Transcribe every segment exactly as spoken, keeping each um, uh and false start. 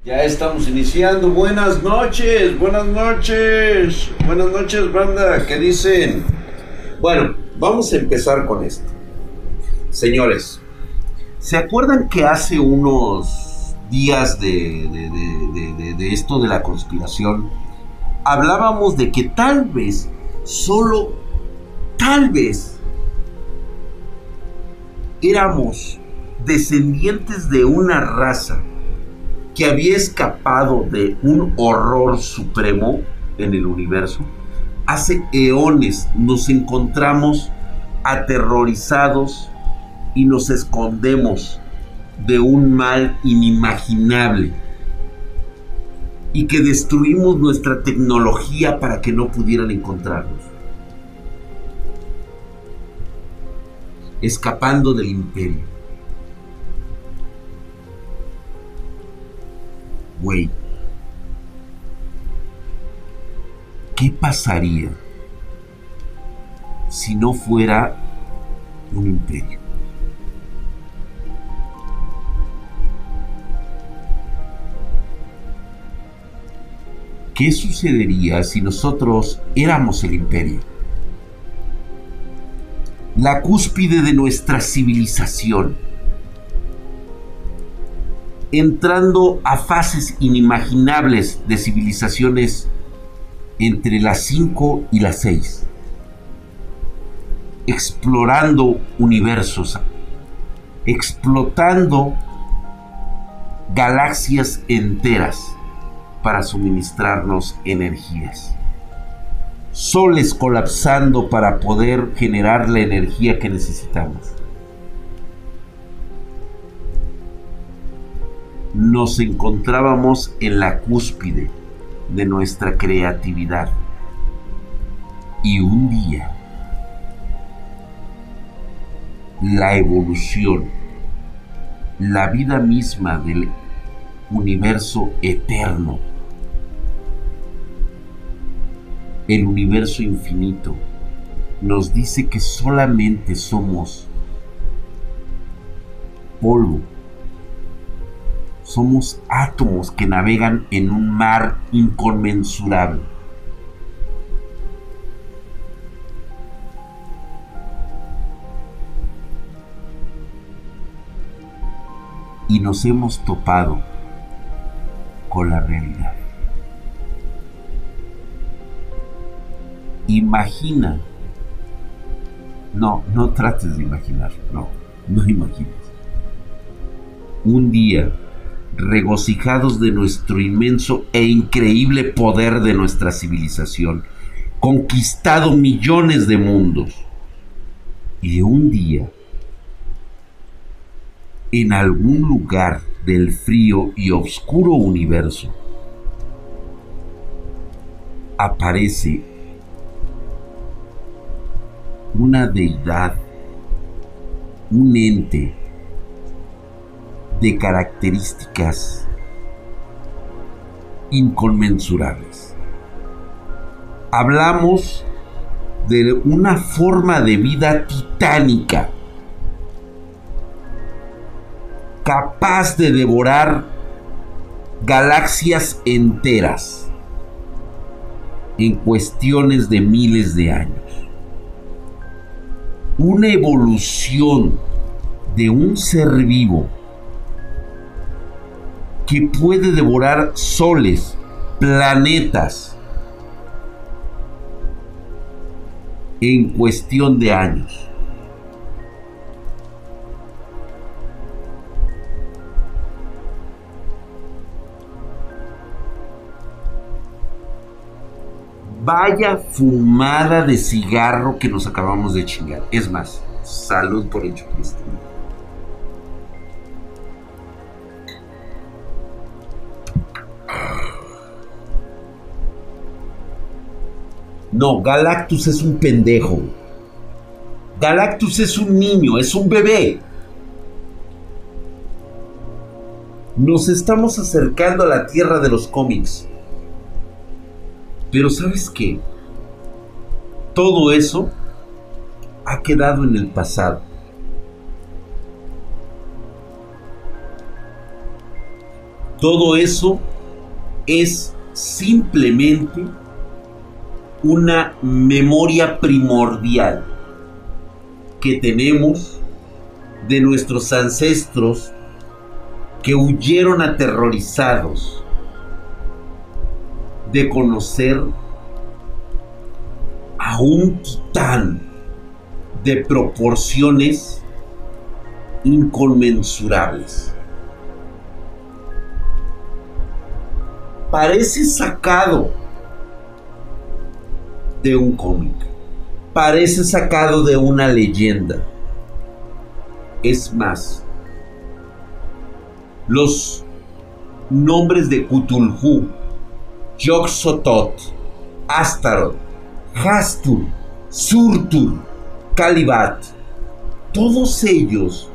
Ya estamos iniciando. Buenas noches, buenas noches, buenas noches, banda. ¿Qué dicen? Bueno, vamos a empezar con esto. Señores, ¿se acuerdan que hace unos días de, de, de, de, de, de esto de la conspiración hablábamos de que tal vez, solo tal vez, éramos descendientes de una raza que había escapado de un horror supremo en el universo? Hace eones nos encontramos aterrorizados y nos escondemos de un mal inimaginable y que destruimos nuestra tecnología para que no pudieran encontrarnos, escapando del imperio. Güey, ¿qué pasaría si no fuera un imperio? ¿Qué sucedería si nosotros éramos el imperio? La cúspide de nuestra civilización, entrando a fases inimaginables de civilizaciones entre las cinco y las seis, explorando universos, explotando galaxias enteras para suministrarnos energías, soles colapsando para poder generar la energía que necesitamos. Nos encontrábamos en la cúspide de nuestra creatividad y un día la evolución, la vida misma del universo eterno, el universo infinito, nos dice que solamente somos polvo. Somos átomos que navegan en un mar inconmensurable. Y nos hemos topado con la realidad. Imagina. No, no trates de imaginar. No, no imagines. Un día, regocijados de nuestro inmenso e increíble poder de nuestra civilización, conquistado millones de mundos, y un día, en algún lugar del frío y oscuro universo, aparece una deidad, un ente de características inconmensurables. Hablamos de una forma de vida titánica, capaz de devorar galaxias enteras en cuestiones de miles de años. Una evolución de un ser vivo que puede devorar soles, planetas, en cuestión de años. Vaya fumada de cigarro que nos acabamos de chingar. Es más, salud por ello, Cristo. No, Galactus es un pendejo. Galactus es un niño, es un bebé. Nos estamos acercando a la tierra de los cómics. Pero ¿sabes qué? Todo eso ha quedado en el pasado. Todo eso es simplemente una memoria primordial que tenemos de nuestros ancestros que huyeron aterrorizados de conocer a un titán de proporciones inconmensurables. Parece sacado de un cómic, parece sacado de una leyenda. Es más, los nombres de Cthulhu, Yog-Sothoth, Astaroth, Hastur, Surtur, Calibat, todos ellos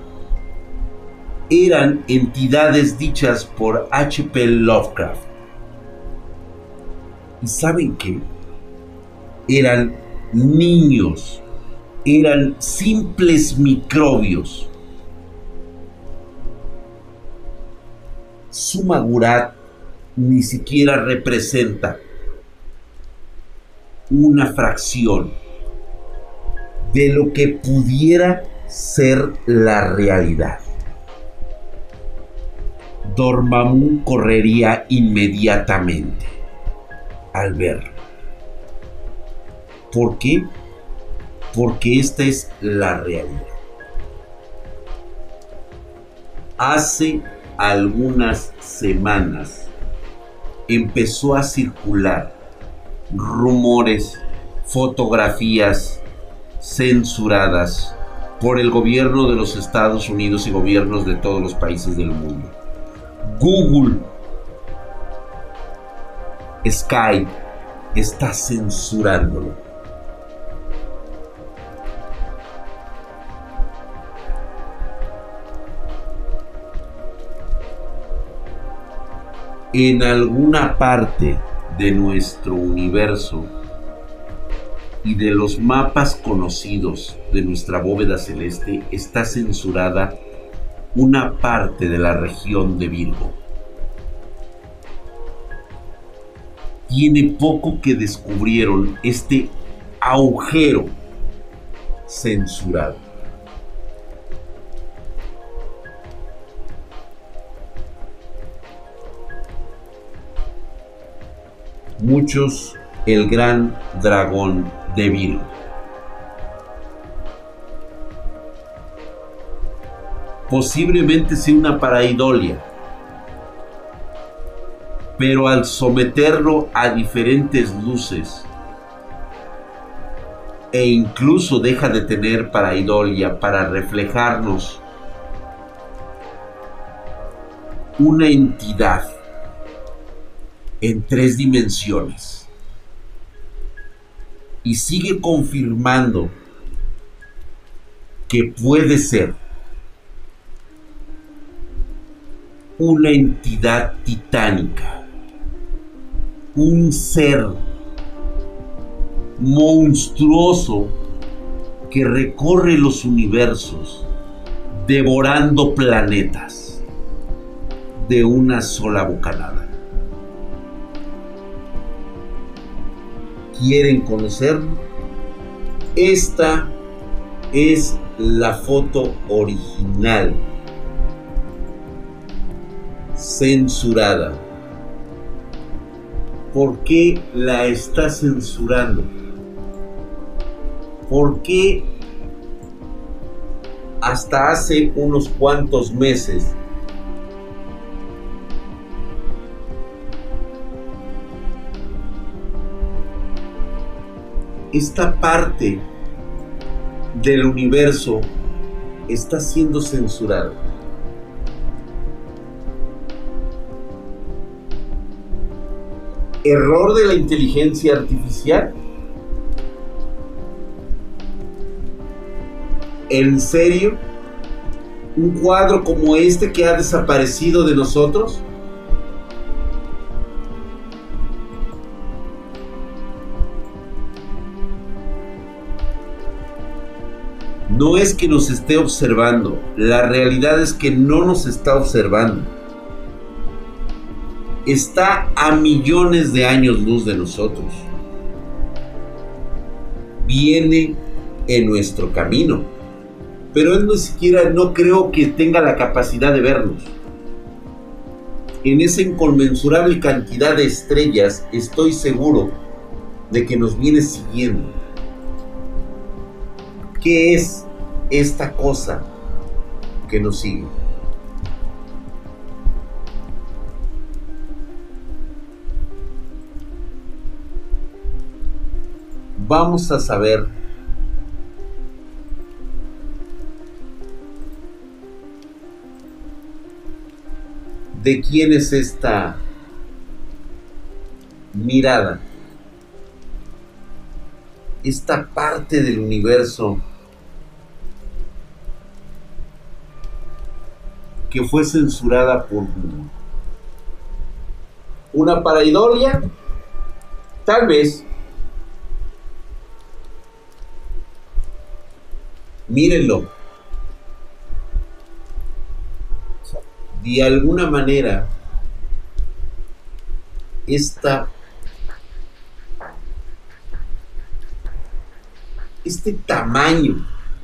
eran entidades dichas por H P Lovecraft. ¿Y saben qué? Eran niños, eran simples microbios. Sumagurat ni siquiera representa una fracción de lo que pudiera ser la realidad. Dormammu correría inmediatamente al verlo. ¿Por qué? Porque esta es la realidad. Hace algunas semanas empezó a circular rumores, fotografías censuradas por el gobierno de los Estados Unidos y gobiernos de todos los países del mundo. Google, Skype está censurándolo. En alguna parte de nuestro universo y de los mapas conocidos de nuestra bóveda celeste está censurada una parte de la región de Virgo. Tiene poco que descubrieron este agujero censurado. Muchos el gran dragón de Virgo. Posiblemente sea una pareidolia, pero al someterlo a diferentes luces e incluso deja de tener pareidolia para reflejarnos una entidad en tres dimensiones y sigue confirmando que puede ser una entidad titánica, un ser monstruoso que recorre los universos devorando planetas de una sola bocanada. ¿Quieren conocerlo? Esta es la foto original, censurada. ¿Por qué la está censurando? ¿Por qué hasta hace unos cuantos meses esta parte del universo está siendo censurada? ¿Error de la inteligencia artificial? ¿En serio? ¿Un cuadro como este que ha desaparecido de nosotros? No es que nos esté observando, la realidad es que no nos está observando. está a millones de años luz de nosotros. Viene en nuestro camino, pero él no siquiera, no creo que tenga la capacidad de vernos. En esa inconmensurable cantidad de estrellas, estoy seguro de que nos viene siguiendo. ¿Qué es esta cosa que nos sigue? Vamos a saber de quién es esta mirada, esta parte del universo que fue censurada por una pareidolia, tal vez. Mírenlo. De alguna manera, esta, este tamaño,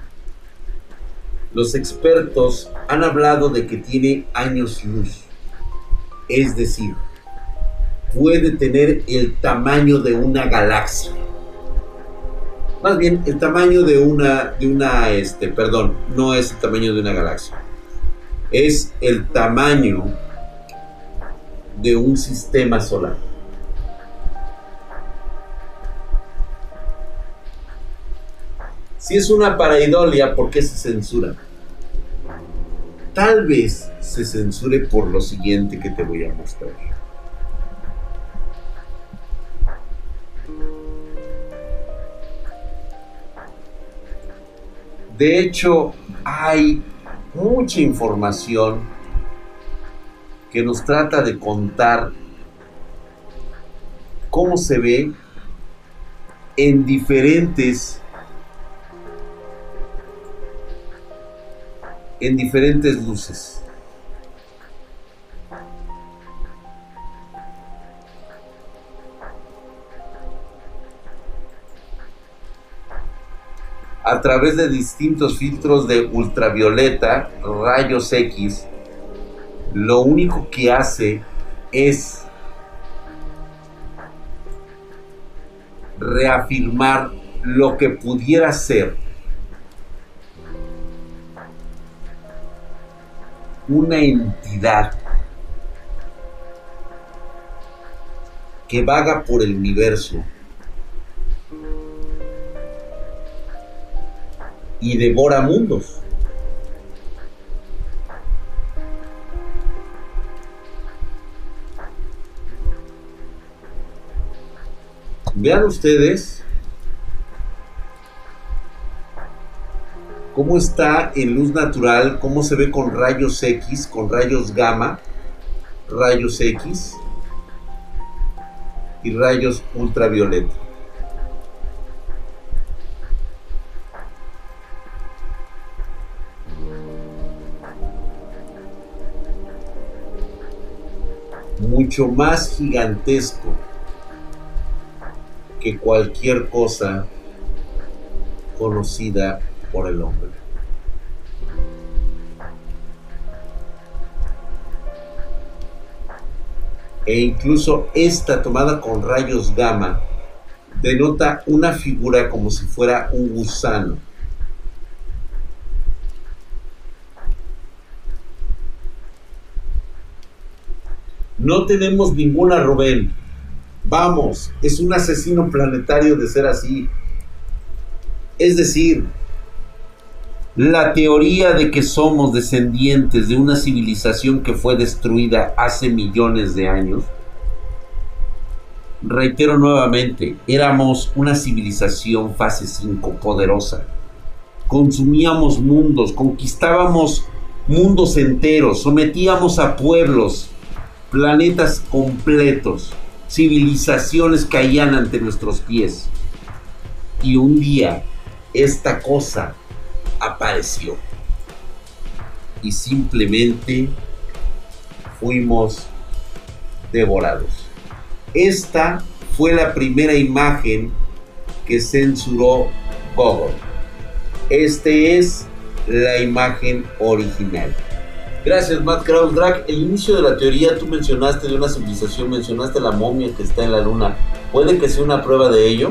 los expertos han hablado de que tiene años luz. Es decir, puede tener el tamaño de una galaxia. Más bien, el tamaño de una, de una, este, perdón, no es el tamaño de una galaxia. Es el tamaño de un sistema solar. Si es una pareidolia, ¿por qué se censura? Tal vez se censure por lo siguiente que te voy a mostrar. De hecho, hay mucha información que nos trata de contar cómo se ve en diferentes en diferentes luces. A través de distintos filtros de ultravioleta, rayos X, lo único que hace es reafirmar lo que pudiera ser una entidad que vaga por el universo y devora mundos. Vean ustedes cómo está en luz natural, cómo se ve con rayos X, con rayos gamma, rayos X y rayos ultravioleta. Mucho más gigantesco que cualquier cosa conocida por el hombre. E incluso esta tomada con rayos gamma denota una figura como si fuera un gusano. No tenemos ninguna, Rubén. Vamos, es un asesino planetario de ser así. Es decir, la teoría de que somos descendientes de una civilización que fue destruida hace millones de años, reitero nuevamente, éramos una civilización fase cinco poderosa. Consumíamos mundos, conquistábamos mundos enteros, sometíamos a pueblos, planetas completos, civilizaciones caían ante nuestros pies. Y un día esta cosa apareció y simplemente fuimos devorados. Esta fue la primera imagen que censuró Google. Este es la imagen original. Gracias, Matt Krause. Drag, el inicio de la teoría, tú mencionaste de una civilización, mencionaste la momia que está en la luna. ¿Puede que sea una prueba de ello?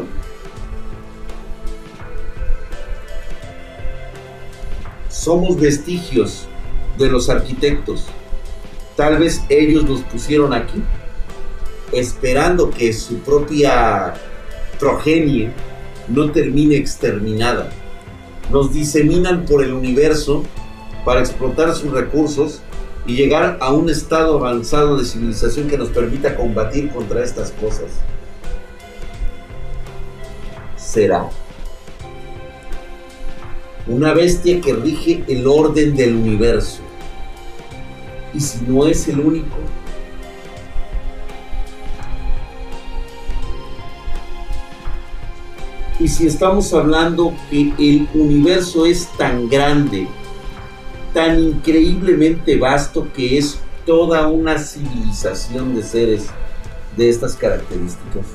Somos vestigios de los arquitectos. Tal vez ellos nos pusieron aquí, esperando que su propia progenie no termine exterminada. Nos diseminan por el universo para explotar sus recursos y llegar a un estado avanzado de civilización que nos permita combatir contra estas cosas. Será una bestia que rige el orden del universo. Y si no es el único, y si estamos hablando que el universo es tan grande, tan increíblemente vasto, que es toda una civilización de seres de estas características.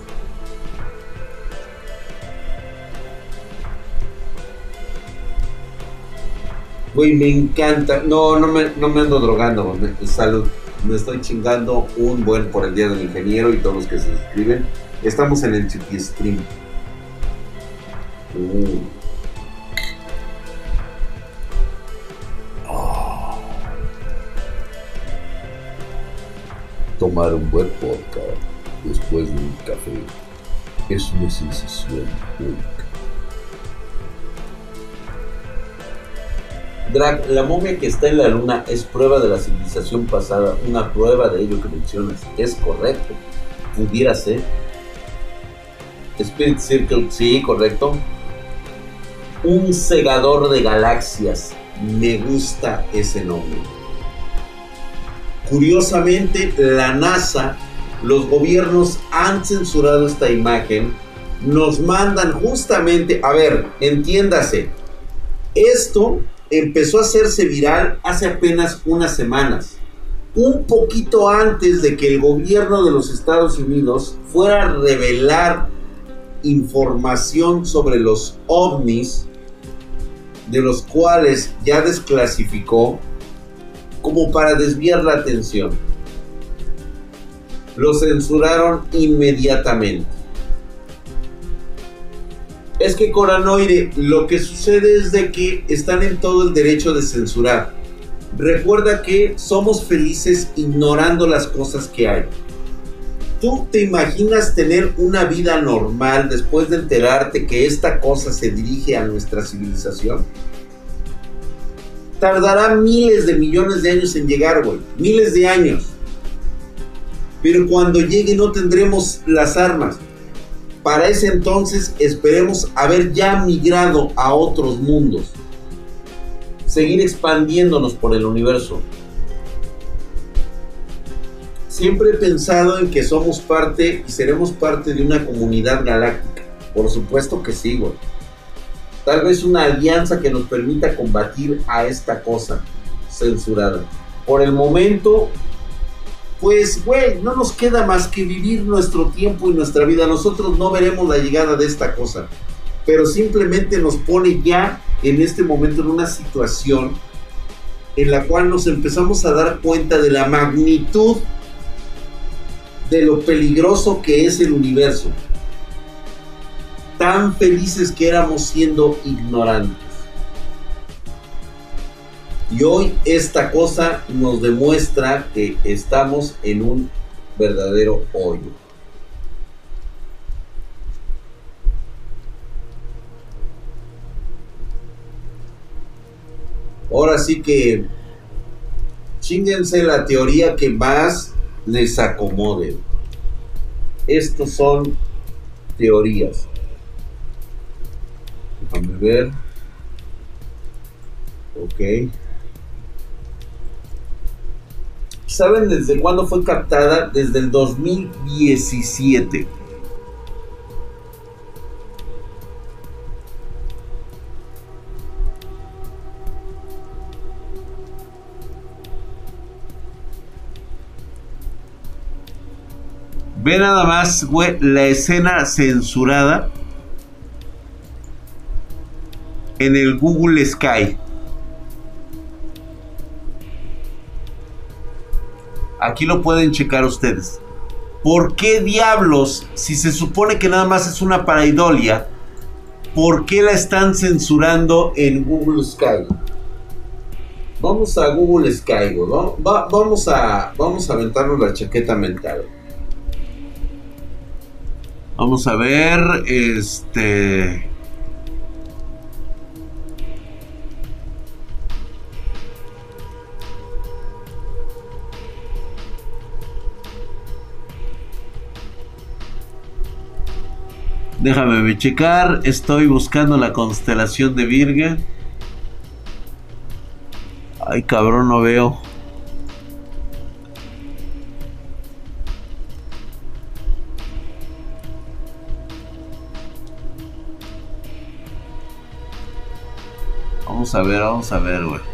Güey, me encanta. No, no me, no me ando drogando, me, salud. Me estoy chingando un buen por el Día del Ingeniero y todos los que se suscriben. Estamos en el Chiqui Stream. Uh. Oh. Tomar un buen podcast después de un café es una sensación única. Drag, la momia que está en la luna es prueba de la civilización pasada, una prueba de ello que mencionas. Es correcto, pudiera ser. Spirit Circle, sí, correcto. Un segador de galaxias, me gusta ese nombre. Curiosamente, la NASA, los gobiernos han censurado esta imagen, nos mandan justamente, a ver, entiéndase, esto empezó a hacerse viral hace apenas unas semanas, un poquito antes de que el gobierno de los Estados Unidos fuera a revelar información sobre los ovnis, de los cuales ya desclasificó, como para desviar la atención. Lo censuraron inmediatamente. Es que, Coranoide, lo que sucede es de que están en todo el derecho de censurar. Recuerda que somos felices ignorando las cosas que hay. ¿Tú te imaginas tener una vida normal después de enterarte que esta cosa se dirige a nuestra civilización? Tardará miles de millones de años en llegar, güey. Miles de años. Pero cuando llegue no tendremos las armas. Para ese entonces esperemos haber ya migrado a otros mundos. Seguir expandiéndonos por el universo. Siempre he pensado en que somos parte y seremos parte de una comunidad galáctica. Por supuesto que sí, güey. Tal vez una alianza que nos permita combatir a esta cosa censurada. Por el momento, pues, güey, no nos queda más que vivir nuestro tiempo y nuestra vida. Nosotros no veremos la llegada de esta cosa, pero simplemente nos pone ya en este momento en una situación en la cual nos empezamos a dar cuenta de la magnitud de lo peligroso que es el universo. Tan felices que éramos siendo ignorantes. Y hoy esta cosa nos demuestra que estamos en un verdadero hoyo. Ahora sí que chínguense la teoría que más les acomode. Estos son teorías. Déjame ver. Ok. ¿Saben desde cuándo fue captada? Desde el dos mil diecisiete. Ve nada más, güey, la escena censurada en el Google Sky. Aquí lo pueden checar ustedes. ¿Por qué diablos, si se supone que nada más es una pareidolia, por qué la están censurando en Google Sky? Vamos a Google Sky, ¿no? Va, vamos a vamos a aventarnos la chaqueta mental. Vamos a ver, este... Déjame checar, estoy buscando la constelación de Virgen. Ay, cabrón, no veo. Vamos a ver, vamos a ver, güey.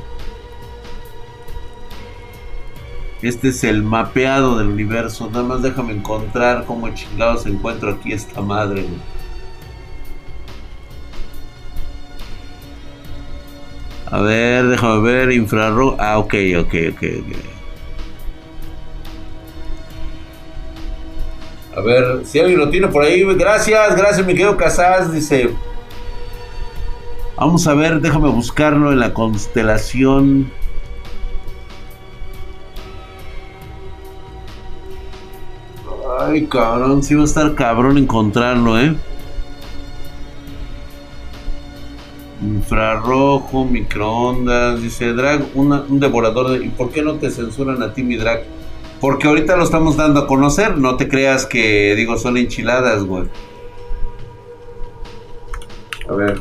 Este es el mapeado del universo. Nada más déjame encontrar cómo chingados encuentro aquí esta madre, güey. A ver, déjame ver, infrarrojo. Ah, ok, ok, ok, ok. A ver, si alguien lo tiene por ahí, gracias, gracias, mi querido Casas, dice. Vamos a ver, déjame buscarlo en la constelación. Ay, cabrón, sí va a estar cabrón encontrarlo, eh. Infrarrojo, microondas, dice Drag, una, un devorador de... ¿Y por qué no te censuran a ti, mi Drag? Porque ahorita lo estamos dando a conocer, no te creas que, digo, son enchiladas, güey. A ver.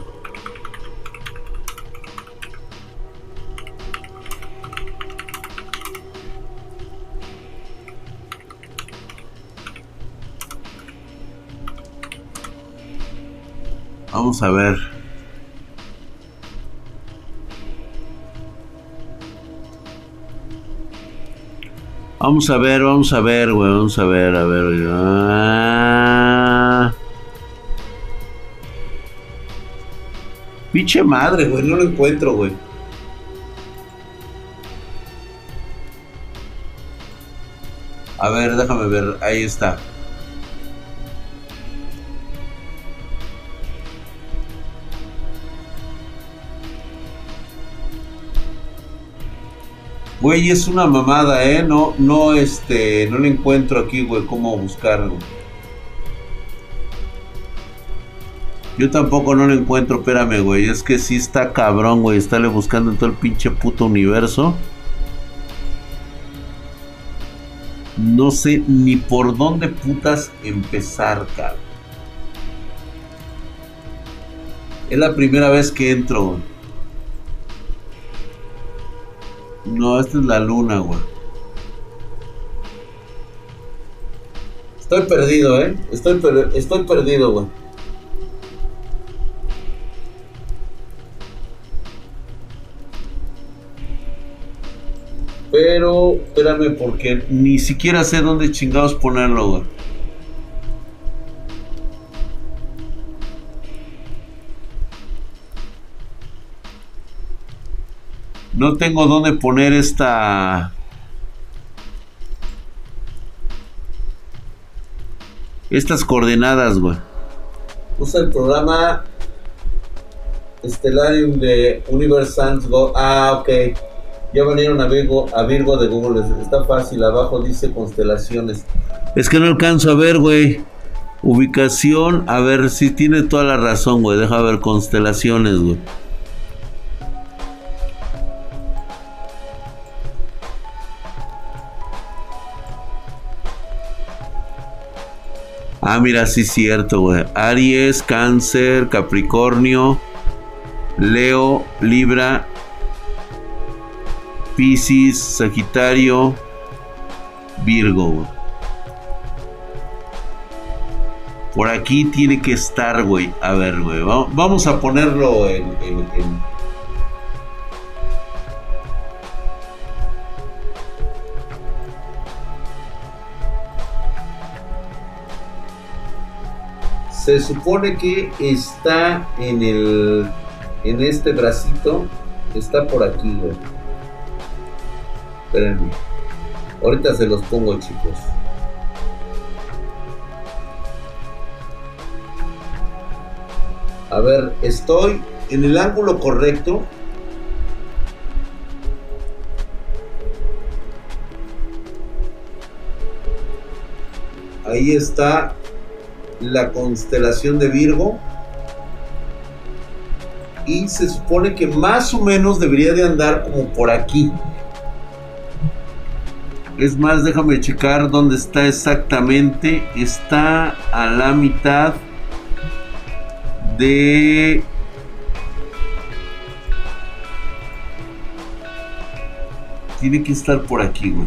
Vamos a ver. Vamos a ver, vamos a ver, güey. Vamos a ver, a ver. Ah. Pinche madre, güey. No lo encuentro, güey. A ver, déjame ver. Ahí está. Güey, es una mamada, eh. No, no, este, no le encuentro aquí, güey, cómo buscarlo. Yo tampoco no lo encuentro, espérame, güey. Es que sí está cabrón, güey. Estarle buscando en todo el pinche puto universo. No sé ni por dónde putas empezar, cabrón. Es la primera vez que entro, güey. No, esta es la luna, güey. Estoy perdido, eh. Estoy, per estoy perdido, güey. Pero, espérame, porque ni siquiera sé dónde chingados ponerlo, güey. No tengo dónde poner esta... Estas coordenadas, güey. Usa el programa Stellarium de Universe Sans Go. Ah, ok. Ya vinieron a Virgo, a Virgo de Google. Está fácil. Abajo dice constelaciones. Es que no alcanzo a ver, güey. Ubicación. A ver si tiene toda la razón, güey. Deja ver constelaciones, güey. Ah, mira, sí es cierto, güey. Aries, Cáncer, Capricornio, Leo, Libra, Piscis, Sagitario, Virgo, güey. Por aquí tiene que estar, güey. A ver, güey. Vamos a ponerlo en... en, en... Se supone que está en el... En este bracito. Está por aquí, güey. Espérenme. Ahorita se los pongo, chicos. A ver, estoy en el ángulo correcto. Ahí está la constelación de Virgo. Y se supone que más o menos debería de andar como por aquí. Es más, déjame checar dónde está exactamente. Está a la mitad de... Tiene que estar por aquí, güey.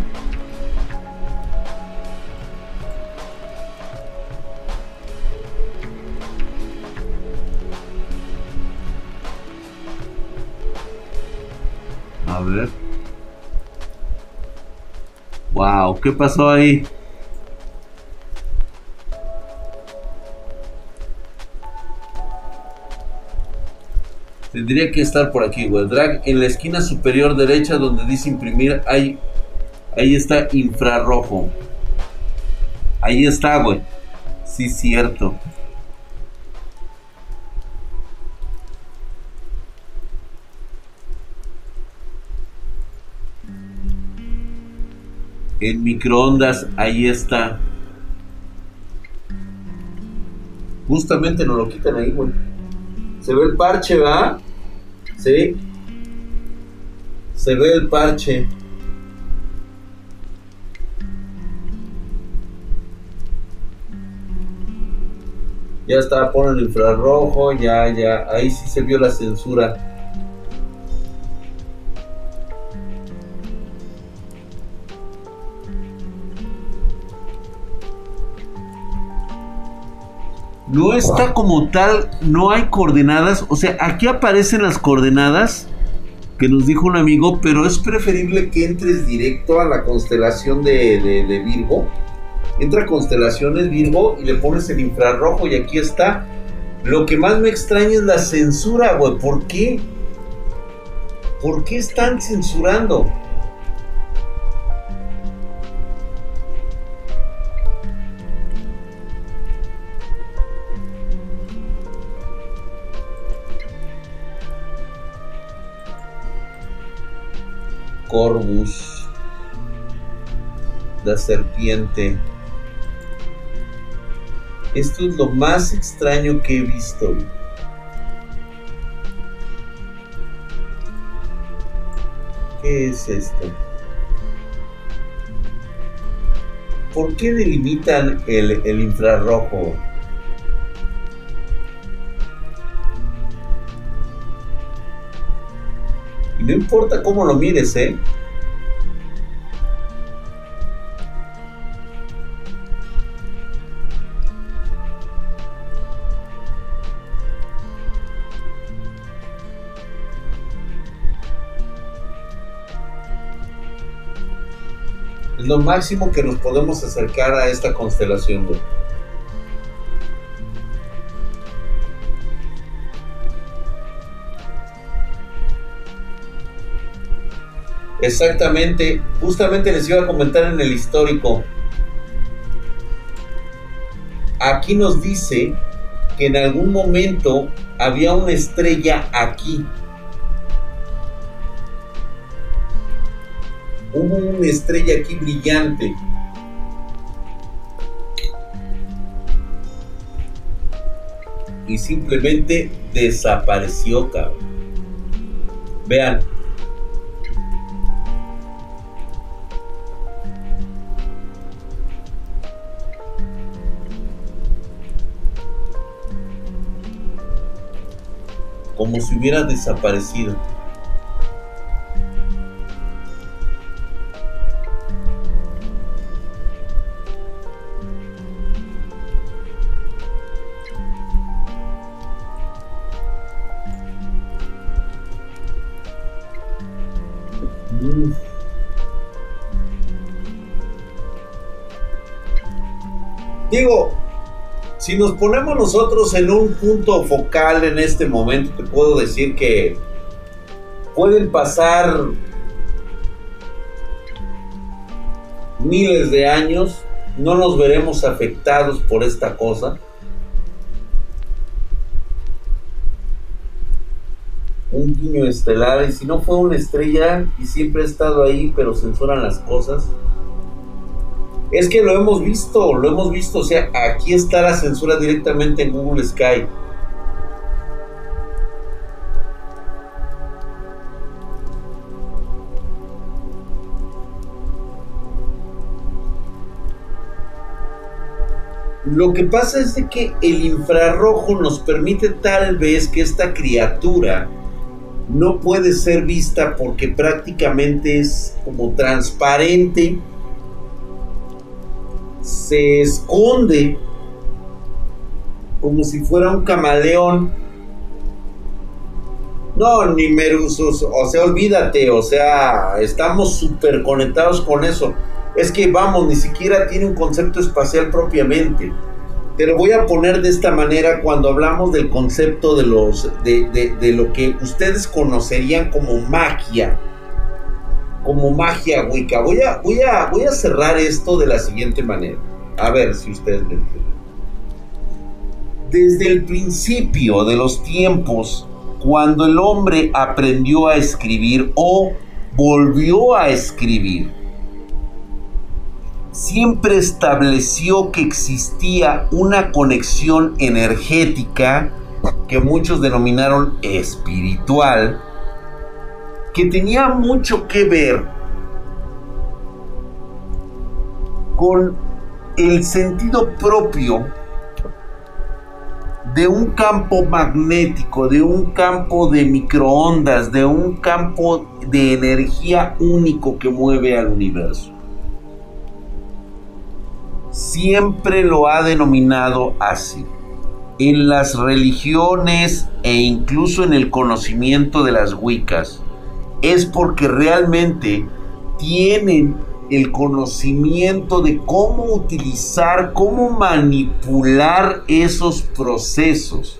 A ver. Wow, ¿qué pasó ahí? Tendría que estar por aquí, güey. Drag en la esquina superior derecha donde dice imprimir. Ahí, ahí está infrarrojo. Ahí está, güey. Sí, cierto. En microondas, ahí está. Justamente nos lo quitan ahí, güey. Se ve el parche, ¿va? Sí. Se ve el parche. Ya está, ponen el infrarrojo, ya, ya. Ahí sí se vio la censura. No está como tal, no hay coordenadas. O sea, aquí aparecen las coordenadas que nos dijo un amigo, pero es preferible que entres directo a la constelación de, de, de Virgo. Entra a constelaciones Virgo y le pones el infrarrojo y aquí está. Lo que más me extraña es la censura, güey. ¿Por qué? ¿Por qué están censurando? Corvus, la serpiente. Esto es lo más extraño que he visto. ¿Qué es esto? ¿Por qué delimitan el, el infrarrojo? Y no importa cómo lo mires, ¿eh? Es lo máximo que nos podemos acercar a esta constelación, güey. Exactamente, justamente les iba a comentar en el histórico. Aquí nos dice que en algún momento había una estrella aquí. Hubo una estrella aquí brillante. Y simplemente desapareció, cabrón. Vean. Como si hubiera desaparecido. Mm. Digo, Si nos ponemos nosotros en un punto focal en este momento, te puedo decir que pueden pasar miles de años, no nos veremos afectados por esta cosa. Un guiño estelar, y si no fue una estrella y siempre ha estado ahí, pero censuran las cosas. Es que lo hemos visto, lo hemos visto, o sea, aquí está la censura directamente en Google Sky. Lo que pasa es de que el infrarrojo nos permite tal vez que esta criatura no puede ser vista porque prácticamente es como transparente, se esconde como si fuera un camaleón. No, ni merusos, o sea, olvídate, o sea, estamos súper conectados con eso. Es que vamos, ni siquiera tiene un concepto espacial propiamente. Te lo voy a poner de esta manera cuando hablamos del concepto de los de, de, de lo que ustedes conocerían como magia. Como magia wicca. Voy a, voy a, voy a cerrar esto de la siguiente manera. A ver si ustedes me entienden. Desde el principio de los tiempos, cuando el hombre aprendió a escribir o volvió a escribir, siempre estableció que existía una conexión energética que muchos denominaron espiritual, que tenía mucho que ver con el sentido propio de un campo magnético, de un campo de microondas, de un campo de energía único que mueve al universo. Siempre lo ha denominado así. En las religiones e incluso en el conocimiento de las Wiccas, es porque realmente tienen el conocimiento de cómo utilizar, cómo manipular esos procesos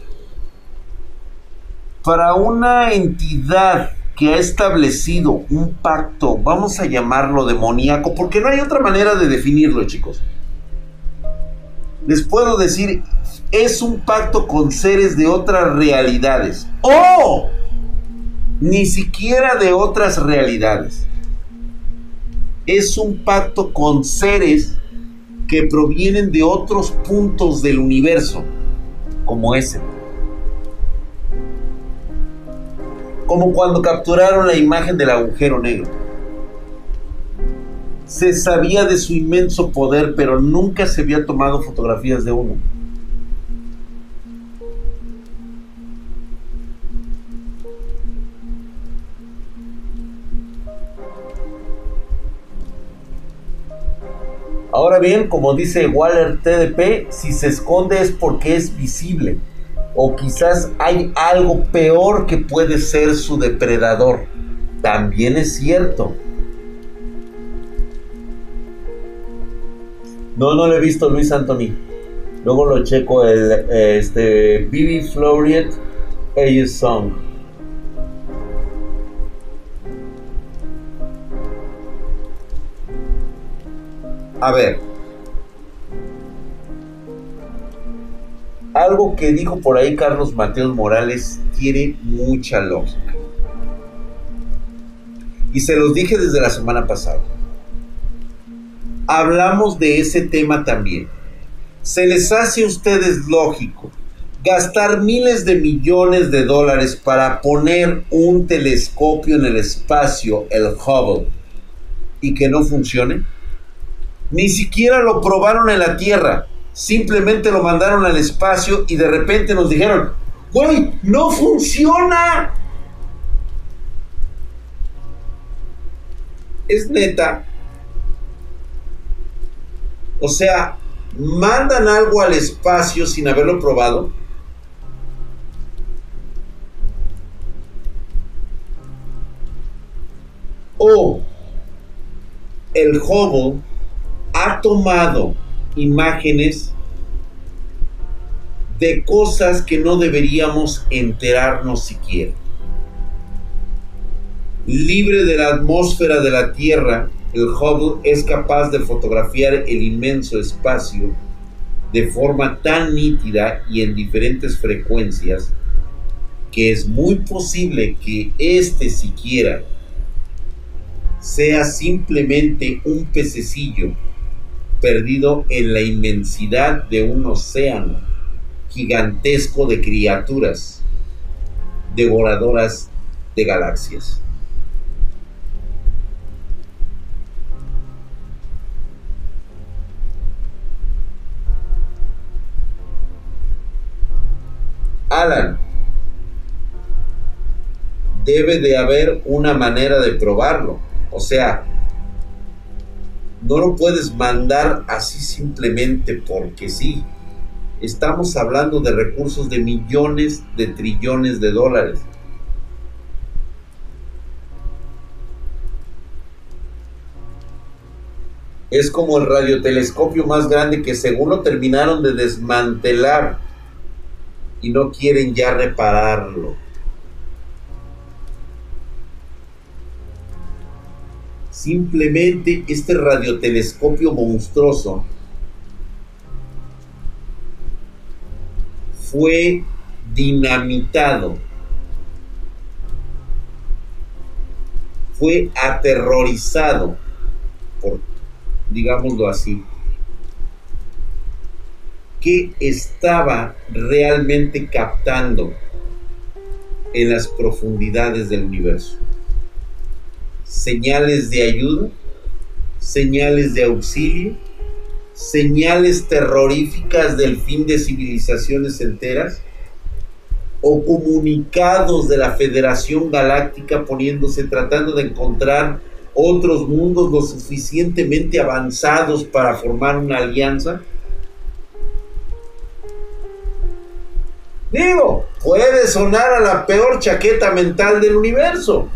para una entidad que ha establecido un pacto, vamos a llamarlo demoníaco, porque no hay otra manera de definirlo, chicos. Les puedo decir, es un pacto con seres de otras realidades. ¡Oh! Ni siquiera de otras realidades. Es un pacto con seres que provienen de otros puntos del universo, como ese. Como cuando capturaron la imagen del agujero negro. Se sabía de su inmenso poder, pero nunca se había tomado fotografías de uno. Ahora bien, como dice Waller T D P, si se esconde es porque es visible, o quizás hay algo peor que puede ser su depredador. También es cierto. No, no lo he visto, Luis Anthony. Luego lo checo, el este Bibi Floriet A Song. A ver. Algo que dijo por ahí Carlos Mateos Morales tiene mucha lógica. Y se los dije desde la semana pasada. Hablamos de ese tema también. ¿Se les hace a ustedes lógico gastar miles de millones de dólares para poner un telescopio en el espacio, el Hubble, y que no funcione? Ni siquiera lo probaron en la Tierra. Simplemente lo mandaron al espacio y de repente nos dijeron, ¡güey, no funciona! Es neta. O sea, mandan algo al espacio sin haberlo probado. O el Hubble ha tomado imágenes de cosas que no deberíamos enterarnos siquiera. Libre de la atmósfera de la Tierra, el Hubble es capaz de fotografiar el inmenso espacio de forma tan nítida y en diferentes frecuencias que es muy posible que este siquiera sea simplemente un pececillo perdido en la inmensidad de un océano gigantesco de criaturas devoradoras de galaxias. Alan, debe de haber una manera de probarlo. O sea, no lo puedes mandar así simplemente porque sí. Estamos hablando de recursos de millones de trillones de dólares. Es como el radiotelescopio más grande que según lo terminaron de desmantelar y no quieren ya repararlo. Simplemente este radiotelescopio monstruoso fue dinamitado, fue aterrorizado, por, digámoslo así, que estaba realmente captando en las profundidades del universo. Señales de ayuda, señales de auxilio, señales terroríficas del fin de civilizaciones enteras, o comunicados de la Federación Galáctica poniéndose, tratando de encontrar otros mundos lo suficientemente avanzados para formar una alianza. Digo, puede sonar a la peor chaqueta mental del universo.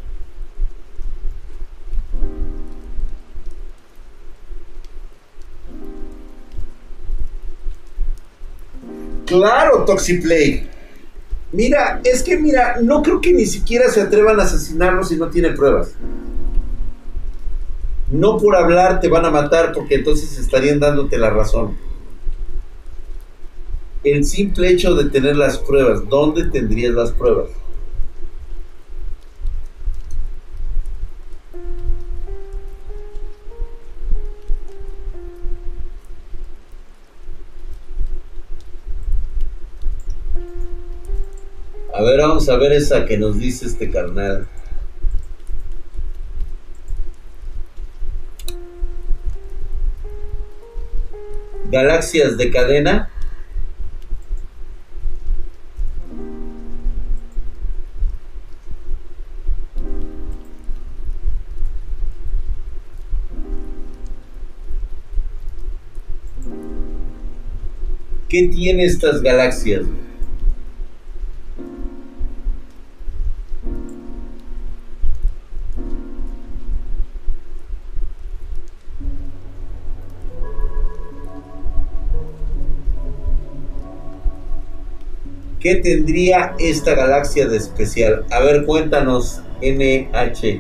Claro, Toxiplay. Mira, es que mira, no creo que ni siquiera se atrevan a asesinarlo si no tiene pruebas. No por hablar te van a matar, porque entonces estarían dándote la razón. El simple hecho de tener las pruebas, ¿dónde tendrías las pruebas? A ver, vamos a ver esa que nos dice este carnal. Galaxias de cadena. ¿Qué tiene estas galaxias? ¿Qué tendría esta galaxia de especial? A ver, cuéntanos, N H.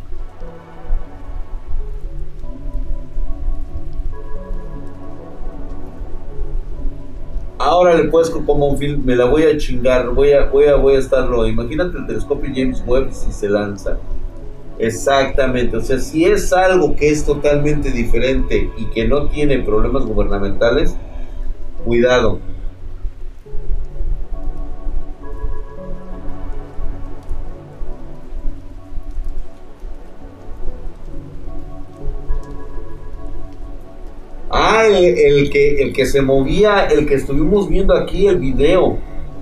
Ahora le puedes como un film, me la voy a chingar, voy a, voy a, voy a estarlo. Imagínate el telescopio James Webb si se lanza. Exactamente, o sea, si es algo que es totalmente diferente y que no tiene problemas gubernamentales, cuidado. Ah, el, el, que, el que se movía, el que estuvimos viendo aquí, el video.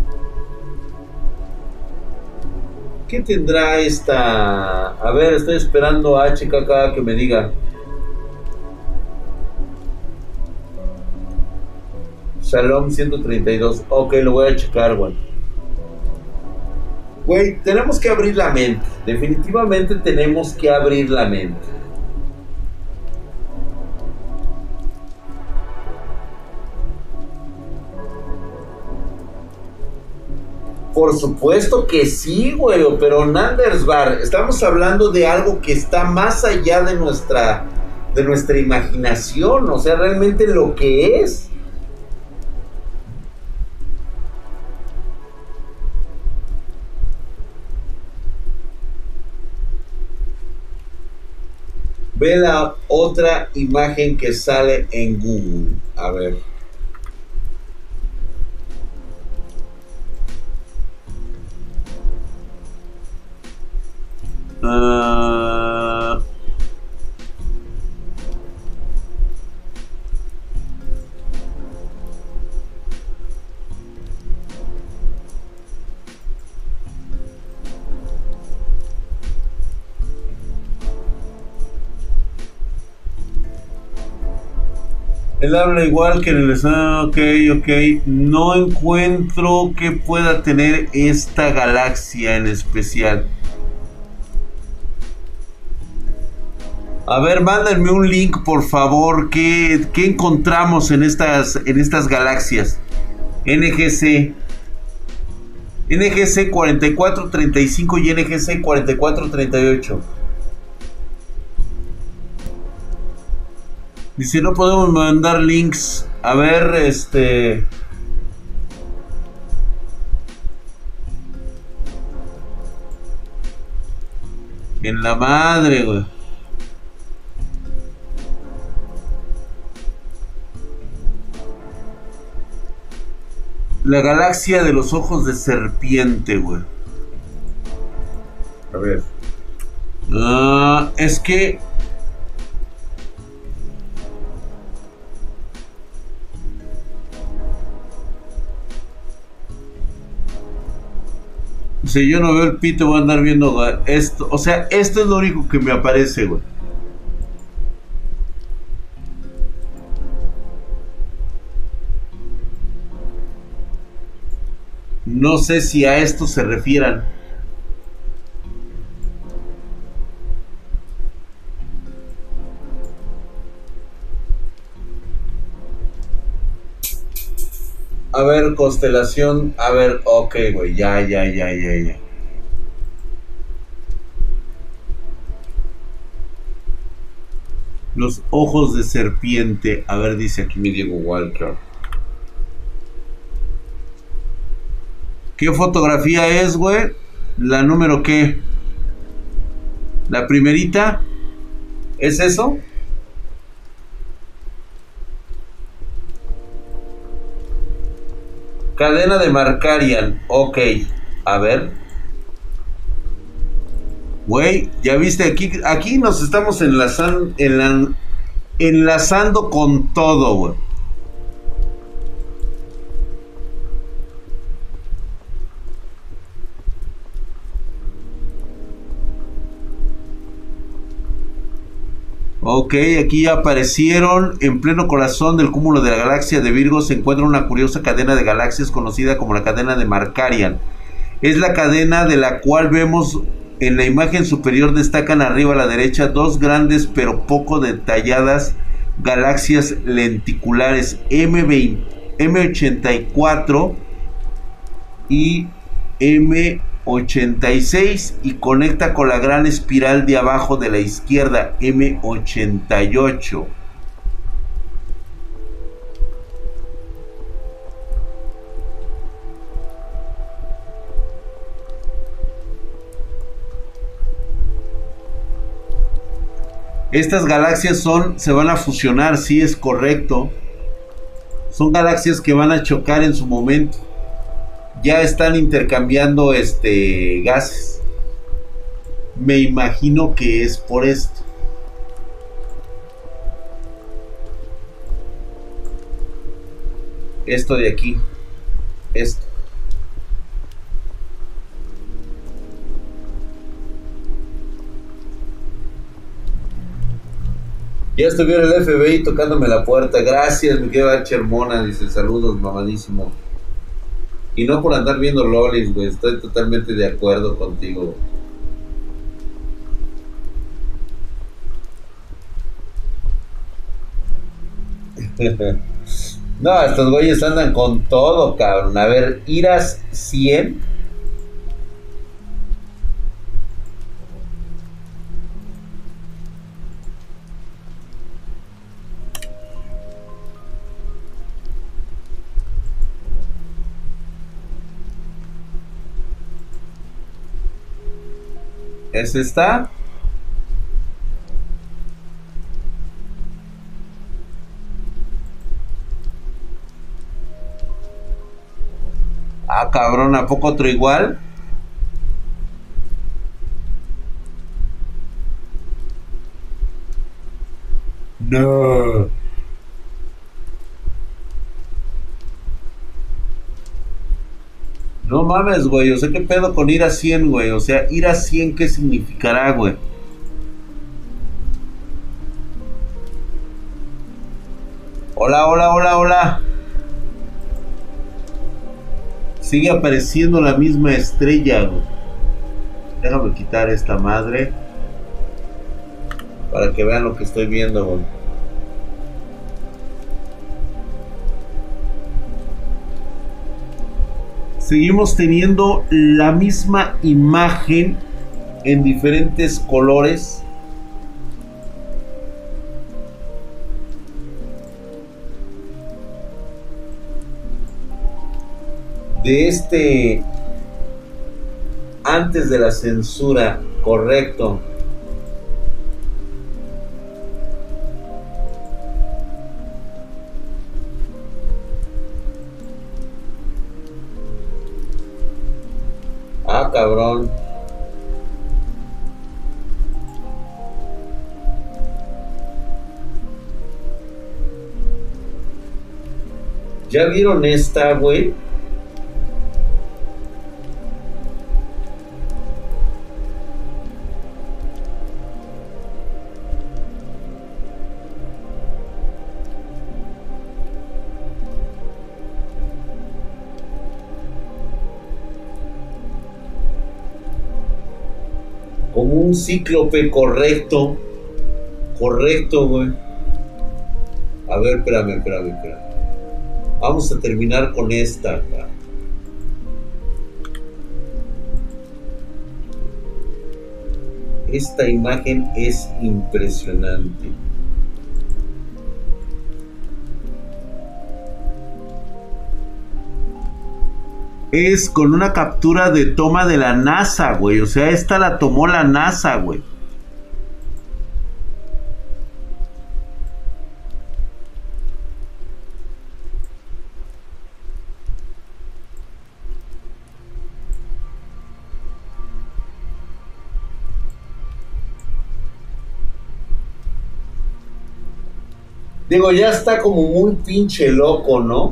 ¿Qué tendrá esta? A ver, estoy esperando a H K K que me diga. Shalom ciento treinta y dos. Ok, lo voy a checar, güey. Güey, tenemos que abrir la mente. Definitivamente tenemos que abrir la mente. Por supuesto que sí, güey, pero Nandersbar, estamos hablando de algo que está más allá de nuestra, de nuestra imaginación, o sea, realmente lo que es. Ve la otra imagen que sale en Google, a ver. Uh, él habla igual que en el... Ah, ok, ok. No encuentro que pueda tener esta galaxia en especial. A ver, mándenme un link, por favor. ¿Qué, qué encontramos en estas, en estas galaxias? N G C. N G C cuarenta y cuatro treinta y cinco y N G C cuarenta y cuatro treinta y ocho. Dice, no podemos mandar links. A ver, este... En la madre, güey. La galaxia de los ojos de serpiente, güey. A ver. Uh, es que... Si yo no veo el pito, voy a andar viendo esto. O sea, esto es lo único que me aparece, güey. No sé si a esto se refieran. A ver, constelación. A ver, ok, güey. Ya, ya, ya, ya, ya. Los ojos de serpiente. A ver, dice aquí mi Diego Walker. ¿Qué fotografía es, güey? ¿La número qué? ¿La primerita? ¿Es eso? Cadena de Markarian. Ok. A ver. Güey, ya viste, aquí, aquí nos estamos enlazando, enla, enlazando con todo, güey. Ok, aquí ya aparecieron. En pleno corazón del cúmulo de la galaxia de Virgo se encuentra una curiosa cadena de galaxias conocida como la cadena de Markarian. Es la cadena de la cual vemos en la imagen superior. Destacan arriba a la derecha dos grandes pero poco detalladas galaxias lenticulares M veinte, M ochenta y cuatro y M ochenta y seis, y conecta con la gran espiral de abajo de la izquierda M ochenta y ocho. Estas galaxias son, se van a fusionar, sí, es correcto. Son galaxias que van a chocar en su momento. Ya están intercambiando este gases. Me imagino que es por esto. Esto de aquí. Esto. Ya estuviera el F B I tocándome la puerta. Gracias, mi querida Chermona. Dice, saludos, mamadísimo. Y no por andar viendo lolis, güey. Estoy totalmente de acuerdo contigo. No, estos güeyes andan con todo, cabrón. A ver, Iras cien. ¿Es esta? Ah, cabrón, ¿a poco otro igual? No. No mames, güey. O sea, ¿qué pedo con ir a cien, güey? O sea, ir a cien, ¿qué significará, güey? Hola, hola, hola, hola. Sigue apareciendo la misma estrella, güey. Déjame quitar esta madre para que vean lo que estoy viendo, güey. Seguimos teniendo la misma imagen en diferentes colores. De este antes de la censura, correcto. Ah, cabrón. ¿Ya vieron esta, güey? Como un cíclope, correcto. Correcto, güey. A ver, espérame, espérame, espérame. Vamos a terminar con esta, güey. Esta imagen es impresionante. Es con una captura de toma de la NASA, güey. O sea, esta la tomó la NASA, güey. Digo, ya está como muy pinche loco, ¿no?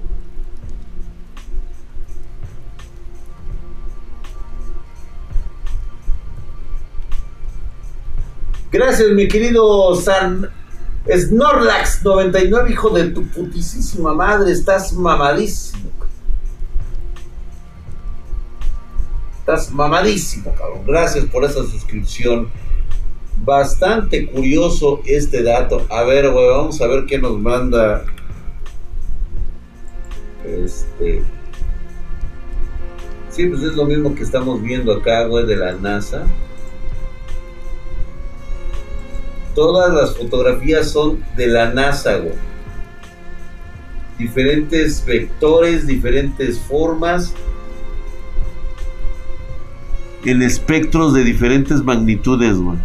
Gracias, mi querido San Snorlax noventa y nueve, hijo de tu putísima madre. Estás mamadísimo. Estás mamadísimo, cabrón. Gracias por esa suscripción. Bastante curioso este dato. A ver, güey, vamos a ver qué nos manda. Este. Sí, pues es lo mismo que estamos viendo acá, güey, de la NASA. Todas las fotografías son de la NASA, güey. Diferentes vectores, diferentes formas. En espectros de diferentes magnitudes, güey.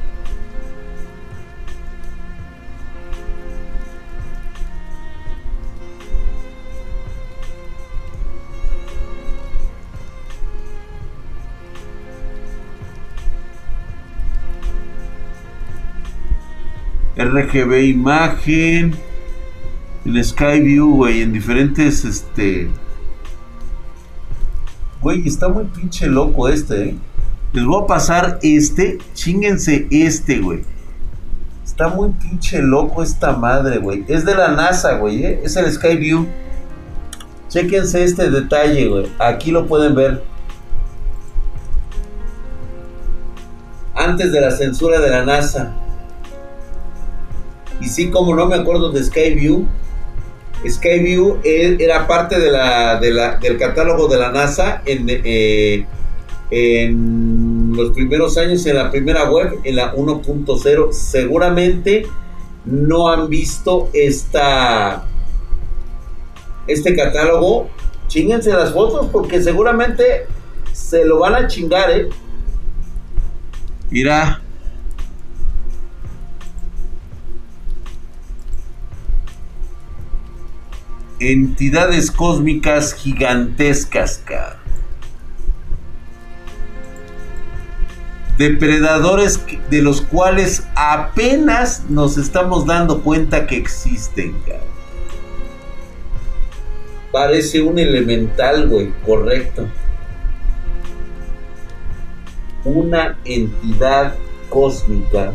R G B imagen, el Skyview, güey, en diferentes, este... Güey, está muy pinche loco este, eh. Les voy a pasar este, chinguense este, güey. Está muy pinche loco esta madre, güey. Es de la NASA, güey, eh. Es el Skyview. Chéquense este detalle, güey. Aquí lo pueden ver. Antes de la censura de la NASA. Y sí, como no me acuerdo de Skyview. Skyview era parte de la, de la, del catálogo de la NASA en, eh, en los primeros años, en la primera web, en la uno punto cero. Seguramente no han visto esta, este catálogo. Chinguense las fotos porque seguramente se lo van a chingar, ¿eh? Mira. Entidades cósmicas gigantescas, cara. Depredadores de los cuales apenas nos estamos dando cuenta que existen, cara. Parece un elemental, güey, correcto. Una entidad cósmica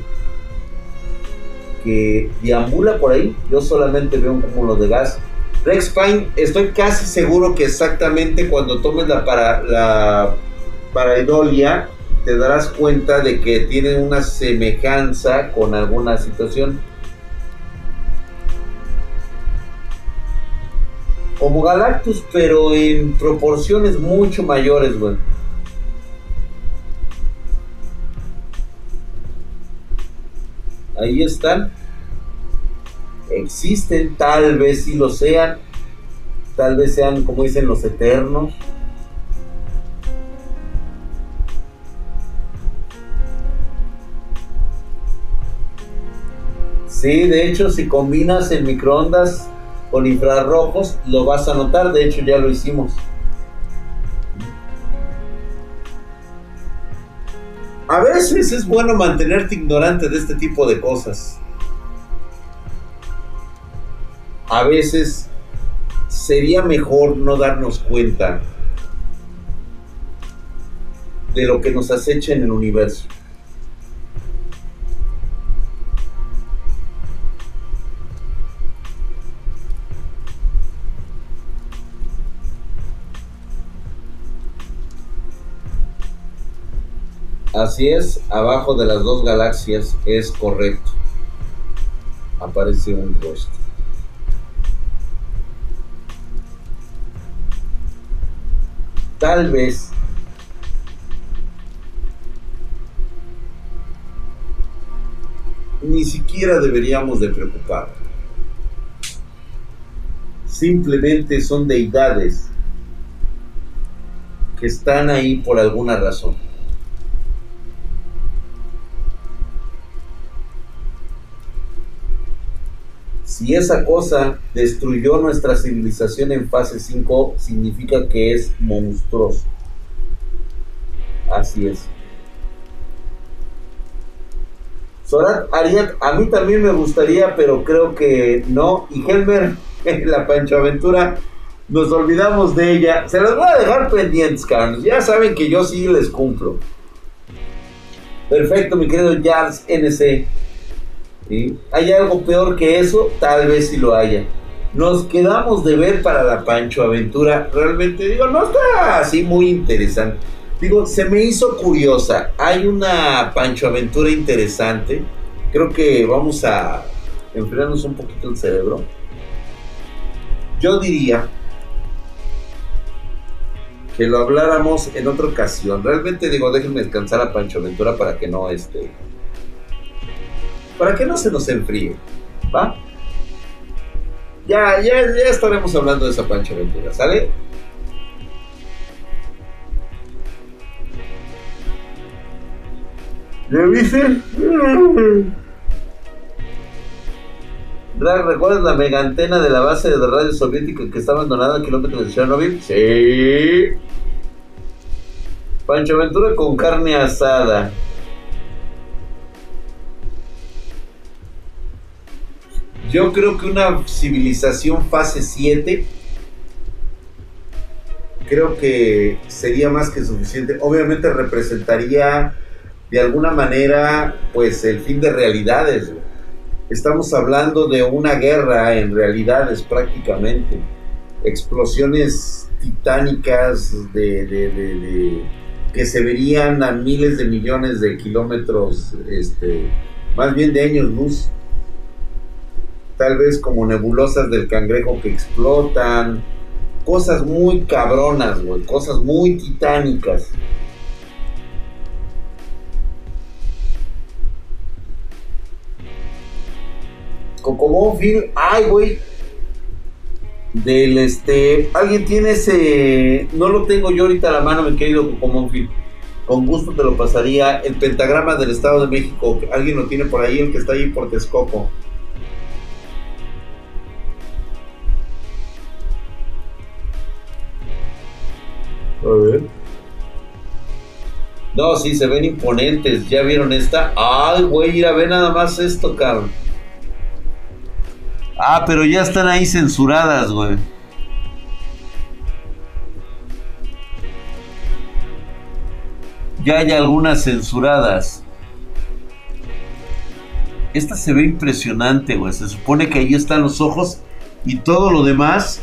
que deambula por ahí. Yo solamente veo un cúmulo de gas. Rex Pine, estoy casi seguro que exactamente cuando tomes la, para, la pareidolia te darás cuenta de que tiene una semejanza con alguna situación. Como Galactus, pero en proporciones mucho mayores, güey. Ahí están. Existen, tal vez sí lo sean. Tal vez sean, como dicen, los eternos. Sí, de hecho, si combinas el microondas con infrarrojos, lo vas a notar. De hecho, ya lo hicimos. A veces es bueno mantenerte ignorante de este tipo de cosas. A veces sería mejor no darnos cuenta de lo que nos acecha en el universo. Así es, abajo de las dos galaxias es correcto. Aparece un rostro. Tal vez ni siquiera deberíamos de preocupar. Simplemente son deidades que están ahí por alguna razón. Si esa cosa destruyó nuestra civilización en fase cinco, significa que es monstruoso. Así es. Sorat Ariat, a mí también me gustaría, pero creo que no. Y Helmer, la Pancho Aventura, nos olvidamos de ella. Se las voy a dejar pendientes, Carlos. Ya saben que yo sí les cumplo. Perfecto, mi querido Jars N C. ¿Sí? ¿Hay algo peor que eso? Tal vez sí lo haya. Nos quedamos de ver para la Pancho Aventura. Realmente, digo, no está así muy interesante. Digo, se me hizo curiosa. Hay una Pancho Aventura interesante. Creo que vamos a enfriarnos un poquito el cerebro. Yo diría que lo habláramos en otra ocasión. Realmente, digo, déjenme descansar a Pancho Aventura para que no este... para que no se nos enfríe, ¿va? Ya, ya, ya estaremos hablando de esa Pancho Aventura, ¿sale? ¿Le viste? ¿Recuerdas la mega antena de la base de radio soviética que está abandonada a kilómetros de Chernobyl? Sí. Pancho Aventura con carne asada. Yo creo que una civilización fase siete creo que sería más que suficiente. Obviamente representaría de alguna manera pues el fin de realidades. Estamos hablando de una guerra en realidades prácticamente. Explosiones titánicas de, de, de, de que se verían a miles de millones de kilómetros, este, más bien de años luz. Tal vez como nebulosas del cangrejo que explotan, cosas muy cabronas, güey, cosas muy titánicas. Cocobonfil, ay, güey, del este, alguien tiene ese, no lo tengo yo ahorita a la mano, mi querido Cocobonfil, Con gusto te lo pasaría. El pentagrama del Estado de México. Alguien lo tiene por ahí, el que está ahí por Texcoco. A ver. No, sí, se ven imponentes. ¿Ya vieron esta? Ay, güey, ir a ver nada más esto, cabrón. Ah, pero ya están ahí censuradas, güey. Ya hay algunas censuradas. Esta se ve impresionante, güey. Se supone que ahí están los ojos y todo lo demás.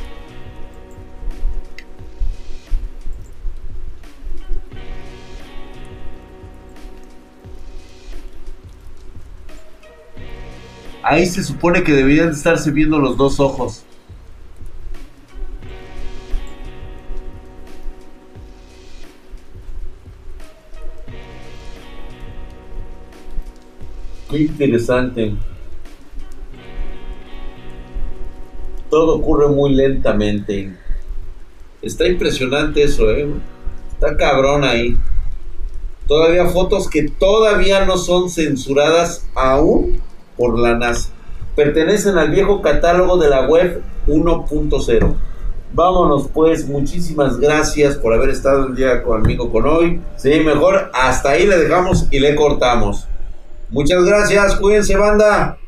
Ahí se supone que deberían de estarse viendo los dos ojos. Qué interesante. Todo ocurre muy lentamente. Está impresionante eso, eh. Está cabrón ahí. Todavía fotos que todavía no son censuradas aún por la NASA. Pertenecen al viejo catálogo de la web uno punto cero. Vámonos pues, muchísimas gracias por haber estado el día conmigo con hoy. Sí, mejor hasta ahí le dejamos y le cortamos. Muchas gracias, cuídense, banda.